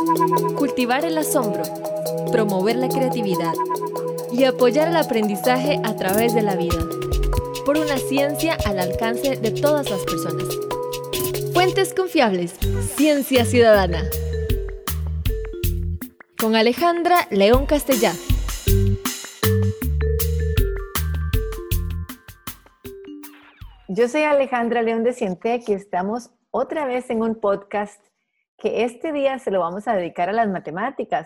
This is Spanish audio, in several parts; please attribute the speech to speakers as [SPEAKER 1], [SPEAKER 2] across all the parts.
[SPEAKER 1] Cultivar el asombro, promover la creatividad y apoyar el aprendizaje a través de la vida, por una ciencia al alcance de todas las personas. Fuentes confiables, ciencia ciudadana. Con Alejandra León Castellá.
[SPEAKER 2] Yo soy Alejandra León de Cientec y estamos otra vez en un podcast que este día se lo vamos a dedicar a las matemáticas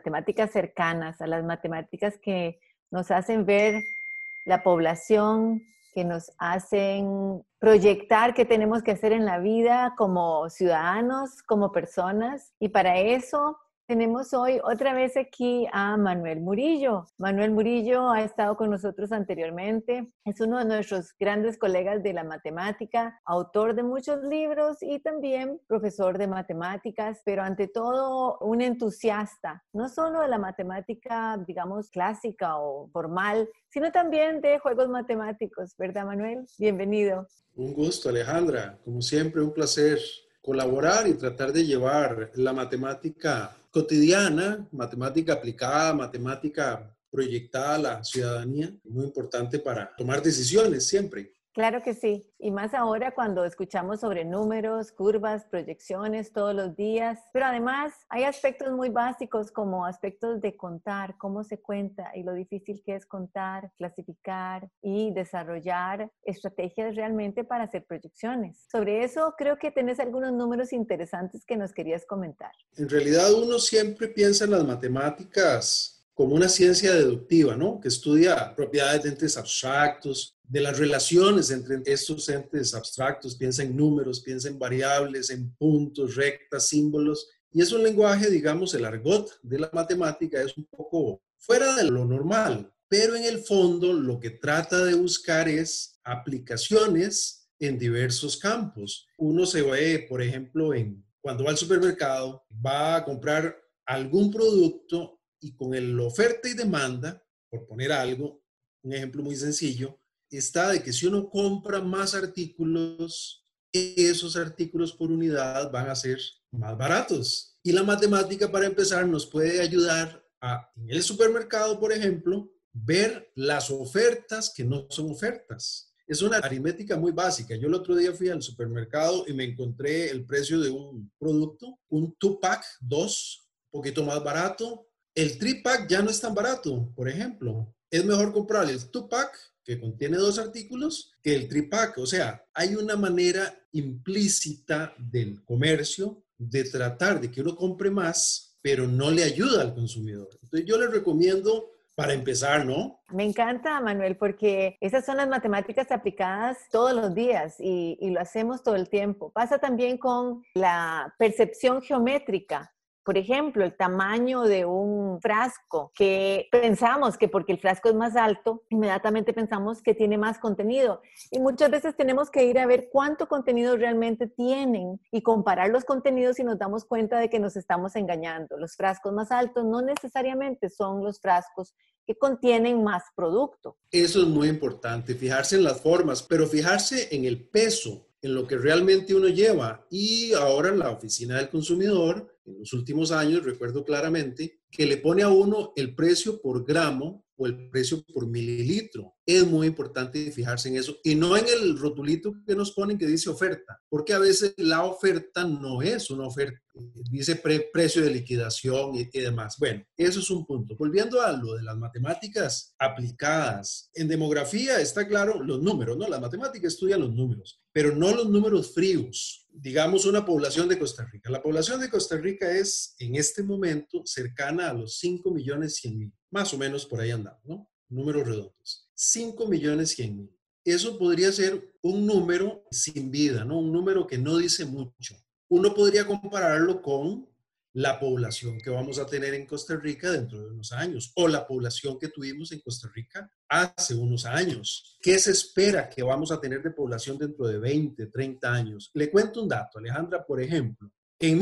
[SPEAKER 2] cercanas, a las matemáticas que nos hacen ver la población, que nos hacen proyectar qué tenemos que hacer en la vida como ciudadanos, como personas. Y para eso tenemos hoy otra vez aquí a Manuel Murillo. Manuel Murillo ha estado con nosotros anteriormente. Es uno de nuestros grandes colegas de la matemática, autor de muchos libros y también profesor de matemáticas, pero ante todo un entusiasta, no solo de la matemática, digamos, clásica o formal, sino también de juegos matemáticos, ¿verdad, Manuel? Bienvenido.
[SPEAKER 3] Un gusto, Alejandra. Como siempre, un placer colaborar y tratar de llevar la matemática cotidiana, matemática aplicada, matemática proyectada a la ciudadanía, muy importante para tomar decisiones siempre.
[SPEAKER 2] Claro que sí, y más ahora cuando escuchamos sobre números, curvas, proyecciones todos los días, pero además hay aspectos muy básicos como aspectos de contar, cómo se cuenta y lo difícil que es contar, clasificar y desarrollar estrategias realmente para hacer proyecciones. Sobre eso creo que tenés algunos números interesantes que nos querías comentar.
[SPEAKER 3] En realidad uno siempre piensa en las matemáticas como una ciencia deductiva, ¿no? Que estudia propiedades de entes abstractos, de las relaciones entre estos entes abstractos, piensa en números, piensa en variables, en puntos, rectas, símbolos, y es un lenguaje, digamos, el argot de la matemática es un poco fuera de lo normal, pero en el fondo lo que trata de buscar es aplicaciones en diversos campos. Uno se ve, por ejemplo, cuando va al supermercado, va a comprar algún producto y con el oferta y demanda, por poner algo, un ejemplo muy sencillo, está de que si uno compra más artículos, esos artículos por unidad van a ser más baratos. Y la matemática, para empezar, nos puede ayudar a, en el supermercado, por ejemplo, ver las ofertas que no son ofertas. Es una aritmética muy básica. Yo el otro día fui al supermercado y me encontré el precio de un producto, un 2-pack 2, un poquito más barato. El 3-pack ya no es tan barato, por ejemplo. Es mejor comprar el 2-pack, que contiene 2 artículos, que el 3-pack. O sea, hay una manera implícita del comercio de tratar de que uno compre más, pero no le ayuda al consumidor. Entonces yo les recomiendo, para empezar, ¿no?
[SPEAKER 2] Me encanta, Manuel, porque esas son las matemáticas aplicadas todos los días y lo hacemos todo el tiempo. Pasa también con la percepción geométrica. Por ejemplo, el tamaño de un frasco, que pensamos que porque el frasco es más alto, inmediatamente pensamos que tiene más contenido. Y muchas veces tenemos que ir a ver cuánto contenido realmente tienen y comparar los contenidos y nos damos cuenta de que nos estamos engañando. Los frascos más altos no necesariamente son los frascos que contienen más producto.
[SPEAKER 3] Eso es muy importante, fijarse en las formas, pero fijarse en el peso, en lo que realmente uno lleva. Y ahora la Oficina del Consumidor, en los últimos años, recuerdo claramente, que le pone a uno el precio por gramo o el precio por mililitro. Es muy importante fijarse en eso y no en el rotulito que nos ponen que dice oferta, porque a veces la oferta no es una oferta, dice precio de liquidación y demás. Bueno, eso es un punto. Volviendo a lo de las matemáticas aplicadas, en demografía está claro los números, ¿no? Las matemáticas estudian los números, pero no los números fríos. Digamos una población de Costa Rica. La población de Costa Rica es en este momento cercana a los 5.100.000, más o menos por ahí andamos, ¿no? Números redondos. 5.100.000. Eso podría ser un número sin vida, ¿no? Un número que no dice mucho. Uno podría compararlo con la población que vamos a tener en Costa Rica dentro de unos años o la población que tuvimos en Costa Rica hace unos años. ¿Qué se espera que vamos a tener de población dentro de 20, 30 años? Le cuento un dato, Alejandra, por ejemplo. En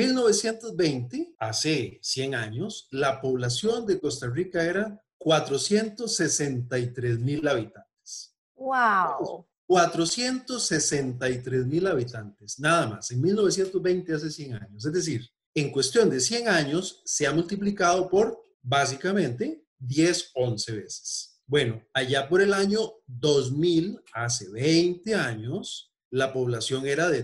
[SPEAKER 3] 1920, hace 100 años, la población de Costa Rica era 463.000 habitantes.
[SPEAKER 2] ¡Wow!
[SPEAKER 3] 463.000 habitantes, nada más, en 1920, hace 100 años. Es decir, en cuestión de 100 años se ha multiplicado por básicamente 10, 11 veces. Bueno, allá por el año 2000, hace 20 años, la población era de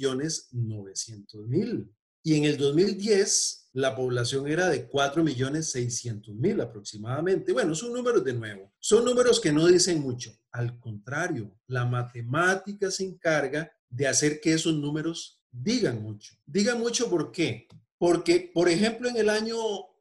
[SPEAKER 3] 3.900.000. Y en el 2010, la población era de 4.600.000 aproximadamente. Bueno, son números de nuevo. Son números que no dicen mucho. Al contrario, la matemática se encarga de hacer que esos números digan mucho. Digan mucho, ¿por qué? Porque, por ejemplo, en el año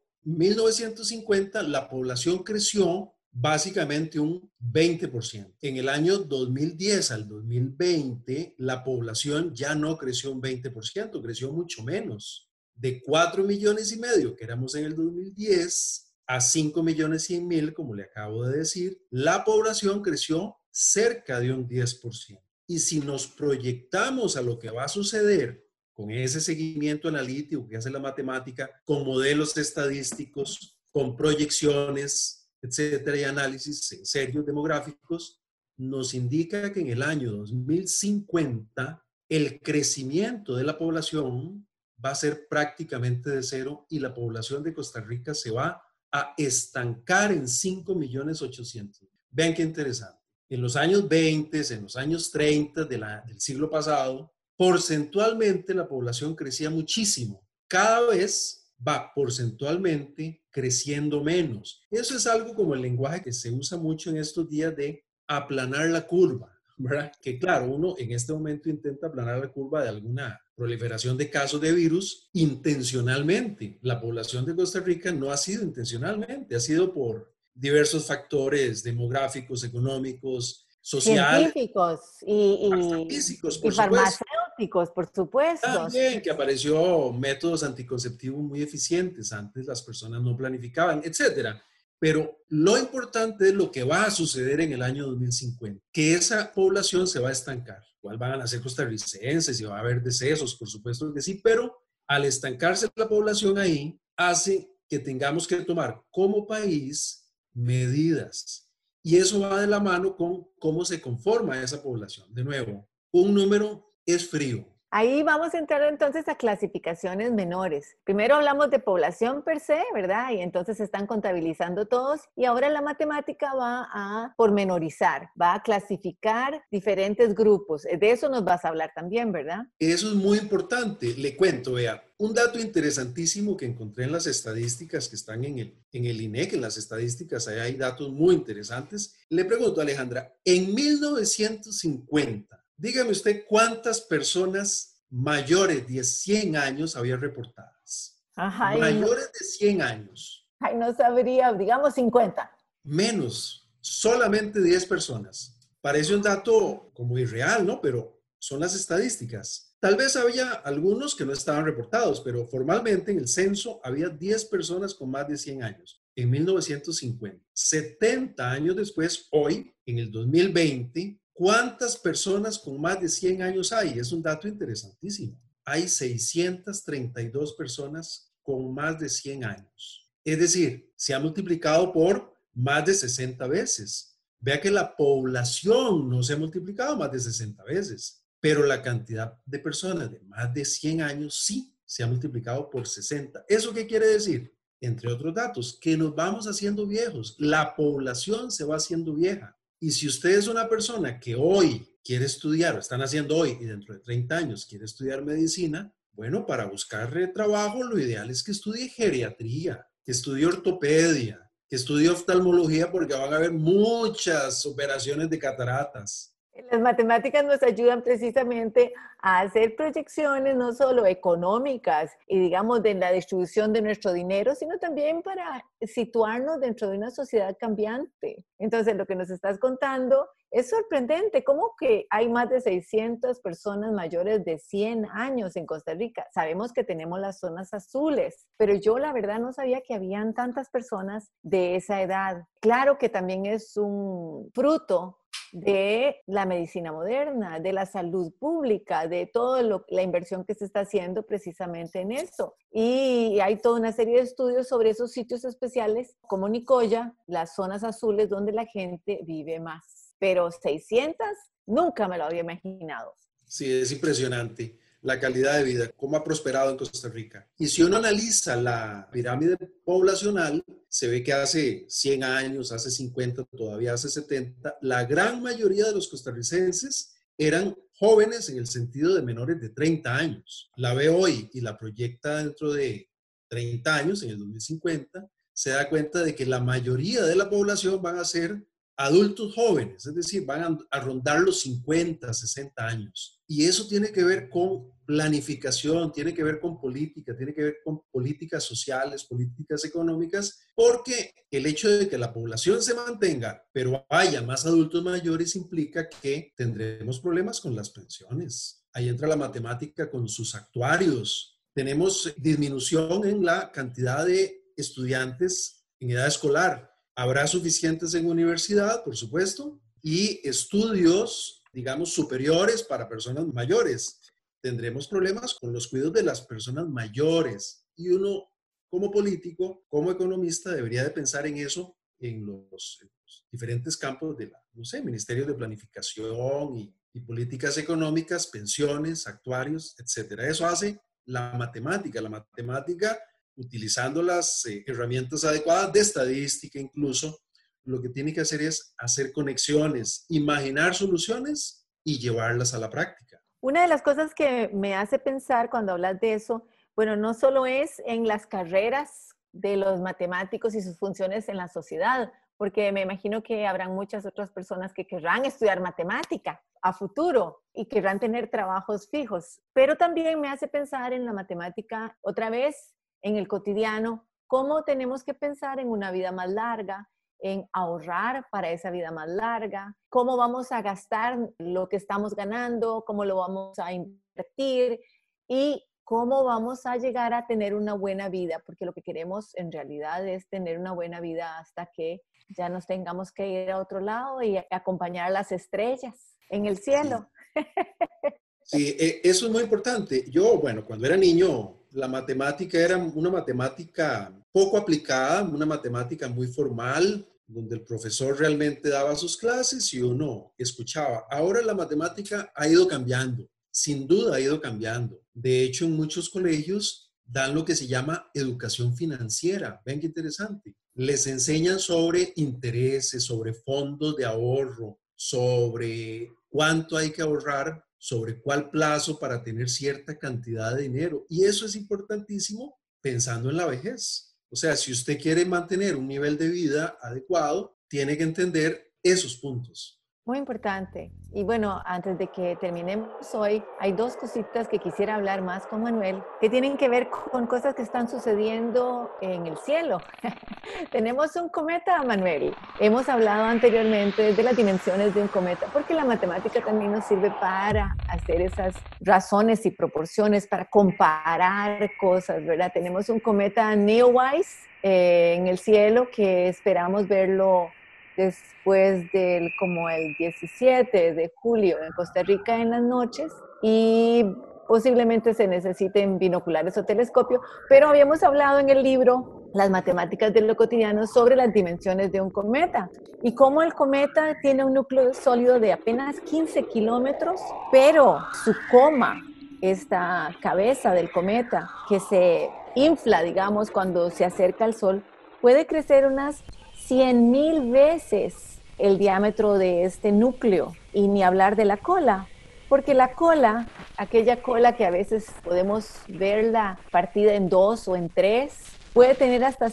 [SPEAKER 3] 1950, la población creció básicamente un 20%. En el año 2010 al 2020, la población ya no creció un 20%, creció mucho menos. De 4.500.000, que éramos en el 2010, a 5.100.000, como le acabo de decir, la población creció cerca de un 10%. Y si nos proyectamos a lo que va a suceder con ese seguimiento analítico que hace la matemática, con modelos estadísticos, con proyecciones, etcétera, y análisis en serios demográficos, nos indica que en el año 2050 el crecimiento de la población va a ser prácticamente de cero y la población de Costa Rica se va a estancar en 5.800.000. Vean qué interesante. En los años 20, en los años 30 del siglo pasado, porcentualmente la población crecía muchísimo. Cada vez va porcentualmente creciendo menos. Eso es algo como el lenguaje que se usa mucho en estos días de aplanar la curva, ¿verdad? Que claro, uno en este momento intenta aplanar la curva de alguna proliferación de casos de virus intencionalmente. La población de Costa Rica no ha sido intencionalmente, ha sido por diversos factores demográficos, económicos, sociales,
[SPEAKER 2] científicos
[SPEAKER 3] hasta físicos,
[SPEAKER 2] y
[SPEAKER 3] por supuesto.
[SPEAKER 2] farmacéuticos, por supuesto.
[SPEAKER 3] También que apareció métodos anticonceptivos muy eficientes. Antes las personas no planificaban, etcétera. Pero lo importante es lo que va a suceder en el año 2050, que esa población se va a estancar. Igual van a nacer costarricenses y va a haber decesos, por supuesto que sí, pero al estancarse la población ahí, hace que tengamos que tomar como país medidas. Y eso va de la mano con cómo se conforma esa población. De nuevo, un número es frío.
[SPEAKER 2] Ahí vamos a entrar entonces a clasificaciones menores. Primero hablamos de población per se, ¿verdad? Y entonces se están contabilizando todos. Y ahora la matemática va a pormenorizar, va a clasificar diferentes grupos. De eso nos vas a hablar también, ¿verdad?
[SPEAKER 3] Eso es muy importante. Le cuento, vea, un dato interesantísimo que encontré en las estadísticas que están en el INEC, en las estadísticas, ahí hay datos muy interesantes. Le pregunto, Alejandra, en 1950, dígame usted cuántas personas mayores de 100 años había reportadas.
[SPEAKER 2] Ajá,
[SPEAKER 3] mayores de 100 años.
[SPEAKER 2] Ay, no sabría, digamos 50.
[SPEAKER 3] Menos, solamente 10 personas. Parece un dato como irreal, ¿no? Pero son las estadísticas. Tal vez había algunos que no estaban reportados, pero formalmente en el censo había 10 personas con más de 100 años. En 1950, 70 años después, hoy, en el 2020, ¿cuántas personas con más de 100 años hay? Es un dato interesantísimo. Hay 632 personas con más de 100 años. Es decir, se ha multiplicado por más de 60 veces. Vea que la población no se ha multiplicado más de 60 veces, pero la cantidad de personas de más de 100 años sí se ha multiplicado por 60. ¿Eso qué quiere decir? Entre otros datos, que nos vamos haciendo viejos. La población se va haciendo vieja. Y si usted es una persona que hoy quiere estudiar, o están haciendo hoy y dentro de 30 años quiere estudiar medicina, bueno, para buscar trabajo lo ideal es que estudie geriatría, que estudie ortopedia, que estudie oftalmología porque van a haber muchas operaciones de cataratas.
[SPEAKER 2] Las matemáticas nos ayudan precisamente a hacer proyecciones no solo económicas y digamos de la distribución de nuestro dinero, sino también para situarnos dentro de una sociedad cambiante. Entonces, lo que nos estás contando es sorprendente, como que hay más de 600 personas mayores de 100 años en Costa Rica. Sabemos que tenemos las zonas azules, pero yo la verdad no sabía que habían tantas personas de esa edad. Claro que también es un fruto de la medicina moderna, de la salud pública, de toda la inversión que se está haciendo precisamente en eso. Y hay toda una serie de estudios sobre esos sitios especiales como Nicoya, las zonas azules donde la gente vive más. Pero 600, nunca me lo había imaginado.
[SPEAKER 3] Sí, es impresionante. la calidad de vida, cómo ha prosperado en Costa Rica. Y si uno analiza la pirámide poblacional, se ve que hace 100 años, hace 50, todavía hace 70, la gran mayoría de los costarricenses eran jóvenes en el sentido de menores de 30 años. La ve hoy y la proyecta dentro de 30 años, en el 2050, se da cuenta de que la mayoría de la población van a ser adultos jóvenes, es decir, van a rondar los 50, 60 años. Y eso tiene que ver con planificación, tiene que ver con política, tiene que ver con políticas sociales, políticas económicas, porque el hecho de que la población se mantenga, pero haya más adultos mayores, implica que tendremos problemas con las pensiones. Ahí entra la matemática con sus actuarios. Tenemos disminución en la cantidad de estudiantes en edad escolar. Habrá suficientes en universidad, por supuesto, y estudios, digamos, superiores para personas mayores. Tendremos problemas con los cuidados de las personas mayores y uno, como político, como economista, debería de pensar en eso en los diferentes campos de no sé, ministerios de planificación y políticas económicas, pensiones, actuarios, etcétera. Eso hace la matemática. La matemática, utilizando las herramientas adecuadas de estadística incluso, lo que tiene que hacer es hacer conexiones, imaginar soluciones y llevarlas a la práctica.
[SPEAKER 2] Una de las cosas que me hace pensar cuando hablas de eso, bueno, no solo es en las carreras de los matemáticos y sus funciones en la sociedad, porque me imagino que habrán muchas otras personas que querrán estudiar matemática a futuro y querrán tener trabajos fijos, pero también me hace pensar en la matemática otra vez en el cotidiano, cómo tenemos que pensar en una vida más larga, en ahorrar para esa vida más larga, cómo vamos a gastar lo que estamos ganando, cómo lo vamos a invertir y cómo vamos a llegar a tener una buena vida, porque lo que queremos en realidad es tener una buena vida hasta que ya nos tengamos que ir a otro lado y acompañar a las estrellas en el cielo.
[SPEAKER 3] Sí, eso es muy importante. Yo, bueno, cuando era niño, la matemática era una matemática poco aplicada, una matemática muy formal, donde el profesor realmente daba sus clases y uno escuchaba. Ahora la matemática ha ido cambiando, sin duda ha ido cambiando. De hecho, en muchos colegios dan lo que se llama educación financiera. Ven qué interesante. Les enseñan sobre intereses, sobre fondos de ahorro, sobre cuánto hay que ahorrar, sobre cuál plazo para tener cierta cantidad de dinero. Y eso es importantísimo pensando en la vejez. O sea, si usted quiere mantener un nivel de vida adecuado, tiene que entender esos puntos.
[SPEAKER 2] Muy importante. Y bueno, antes de que terminemos hoy, hay dos cositas que quisiera hablar más con Manuel, que tienen que ver con cosas que están sucediendo en el cielo. Tenemos un cometa, Manuel. Hemos hablado anteriormente de las dimensiones de un cometa, porque la matemática también nos sirve para hacer esas razones y proporciones, para comparar cosas, ¿verdad? Tenemos un cometa Neowise en el cielo que esperamos verlo después del como el 17 de julio en Costa Rica en las noches y posiblemente se necesiten binoculares o telescopio, pero habíamos hablado en el libro Las matemáticas de lo cotidiano sobre las dimensiones de un cometa y cómo el cometa tiene un núcleo sólido de apenas 15 kilómetros, pero su coma, esta cabeza del cometa que se infla, digamos, cuando se acerca al Sol, puede crecer unas 100,000 veces el diámetro de este núcleo, y ni hablar de la cola, porque la cola, aquella cola que a veces podemos verla partida en 2 o en 3, puede tener hasta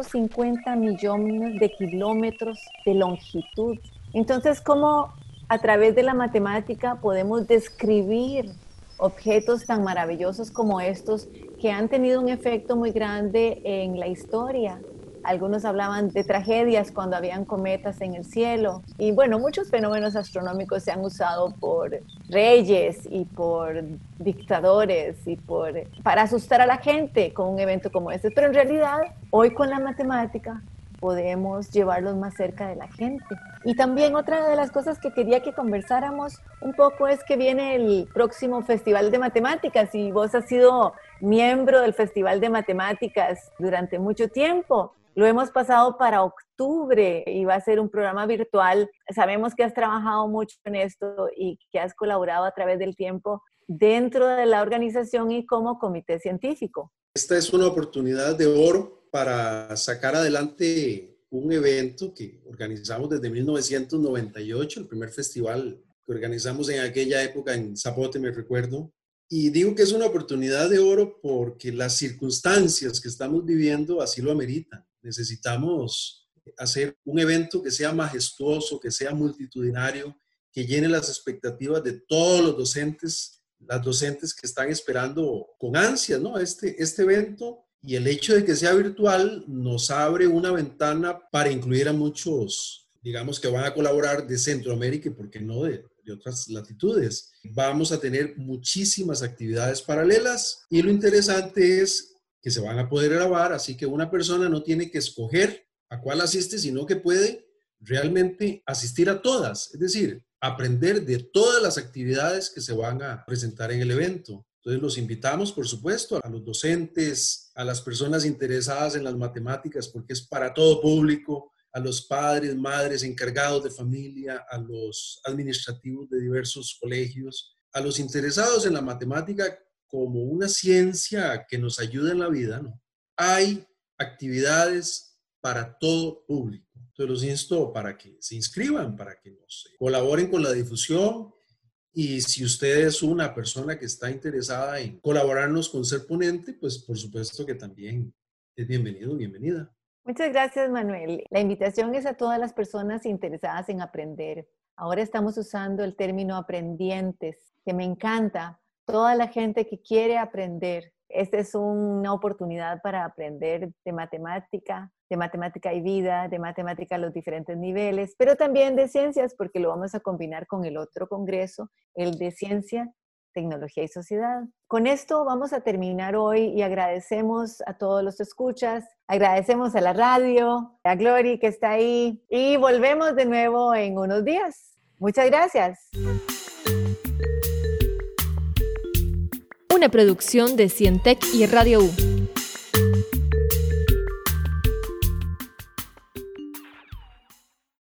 [SPEAKER 2] 150 millones de kilómetros de longitud. Entonces, ¿cómo a través de la matemática podemos describir objetos tan maravillosos como estos que han tenido un efecto muy grande en la historia? Algunos hablaban de tragedias cuando habían cometas en el cielo. Y bueno, muchos fenómenos astronómicos se han usado por reyes y por dictadores y para asustar a la gente con un evento como este. Pero en realidad, hoy con la matemática podemos llevarlos más cerca de la gente. Y también otra de las cosas que quería que conversáramos un poco es que viene el próximo Festival de Matemáticas y vos has sido miembro del Festival de Matemáticas durante mucho tiempo. Lo hemos pasado para octubre y va a ser un programa virtual. Sabemos que has trabajado mucho en esto y que has colaborado a través del tiempo dentro de la organización y como comité científico.
[SPEAKER 3] Esta es una oportunidad de oro para sacar adelante un evento que organizamos desde 1998, el primer festival que organizamos en aquella época en Zapote, me recuerdo. Y digo que es una oportunidad de oro porque las circunstancias que estamos viviendo así lo ameritan. Necesitamos hacer un evento que sea majestuoso, que sea multitudinario, que llene las expectativas de todos los docentes, las docentes que están esperando con ansias, ¿no? este evento. Y el hecho de que sea virtual nos abre una ventana para incluir a muchos, digamos, que van a colaborar de Centroamérica y, ¿por qué no?, de otras latitudes. Vamos a tener muchísimas actividades paralelas y lo interesante es que se van a poder grabar, así que una persona no tiene que escoger a cuál asiste, sino que puede realmente asistir a todas, es decir, aprender de todas las actividades que se van a presentar en el evento. Entonces los invitamos, por supuesto, a los docentes, a las personas interesadas en las matemáticas, porque es para todo público, a los padres, madres, encargados de familia, a los administrativos de diversos colegios, a los interesados en la matemática como una ciencia que nos ayuda en la vida, ¿no? Hay actividades para todo público. Entonces los insto para que se inscriban, para que nos colaboren con la difusión. Y si usted es una persona que está interesada en colaborarnos con ser ponente, pues por supuesto que también es bienvenido, bienvenida.
[SPEAKER 2] Muchas gracias, Manuel. La invitación es a todas las personas interesadas en aprender. Ahora estamos usando el término aprendientes, que me encanta. Toda la gente que quiere aprender. Esta es una oportunidad para aprender de matemática y vida, de matemática a los diferentes niveles, pero también de ciencias, porque lo vamos a combinar con el otro congreso, el de ciencia, tecnología y sociedad. Con esto vamos a terminar hoy y agradecemos a todos los escuchas, agradecemos a la radio, a Glory que está ahí y volvemos de nuevo en unos días. Muchas gracias.
[SPEAKER 1] Una producción de Cientec y Radio U.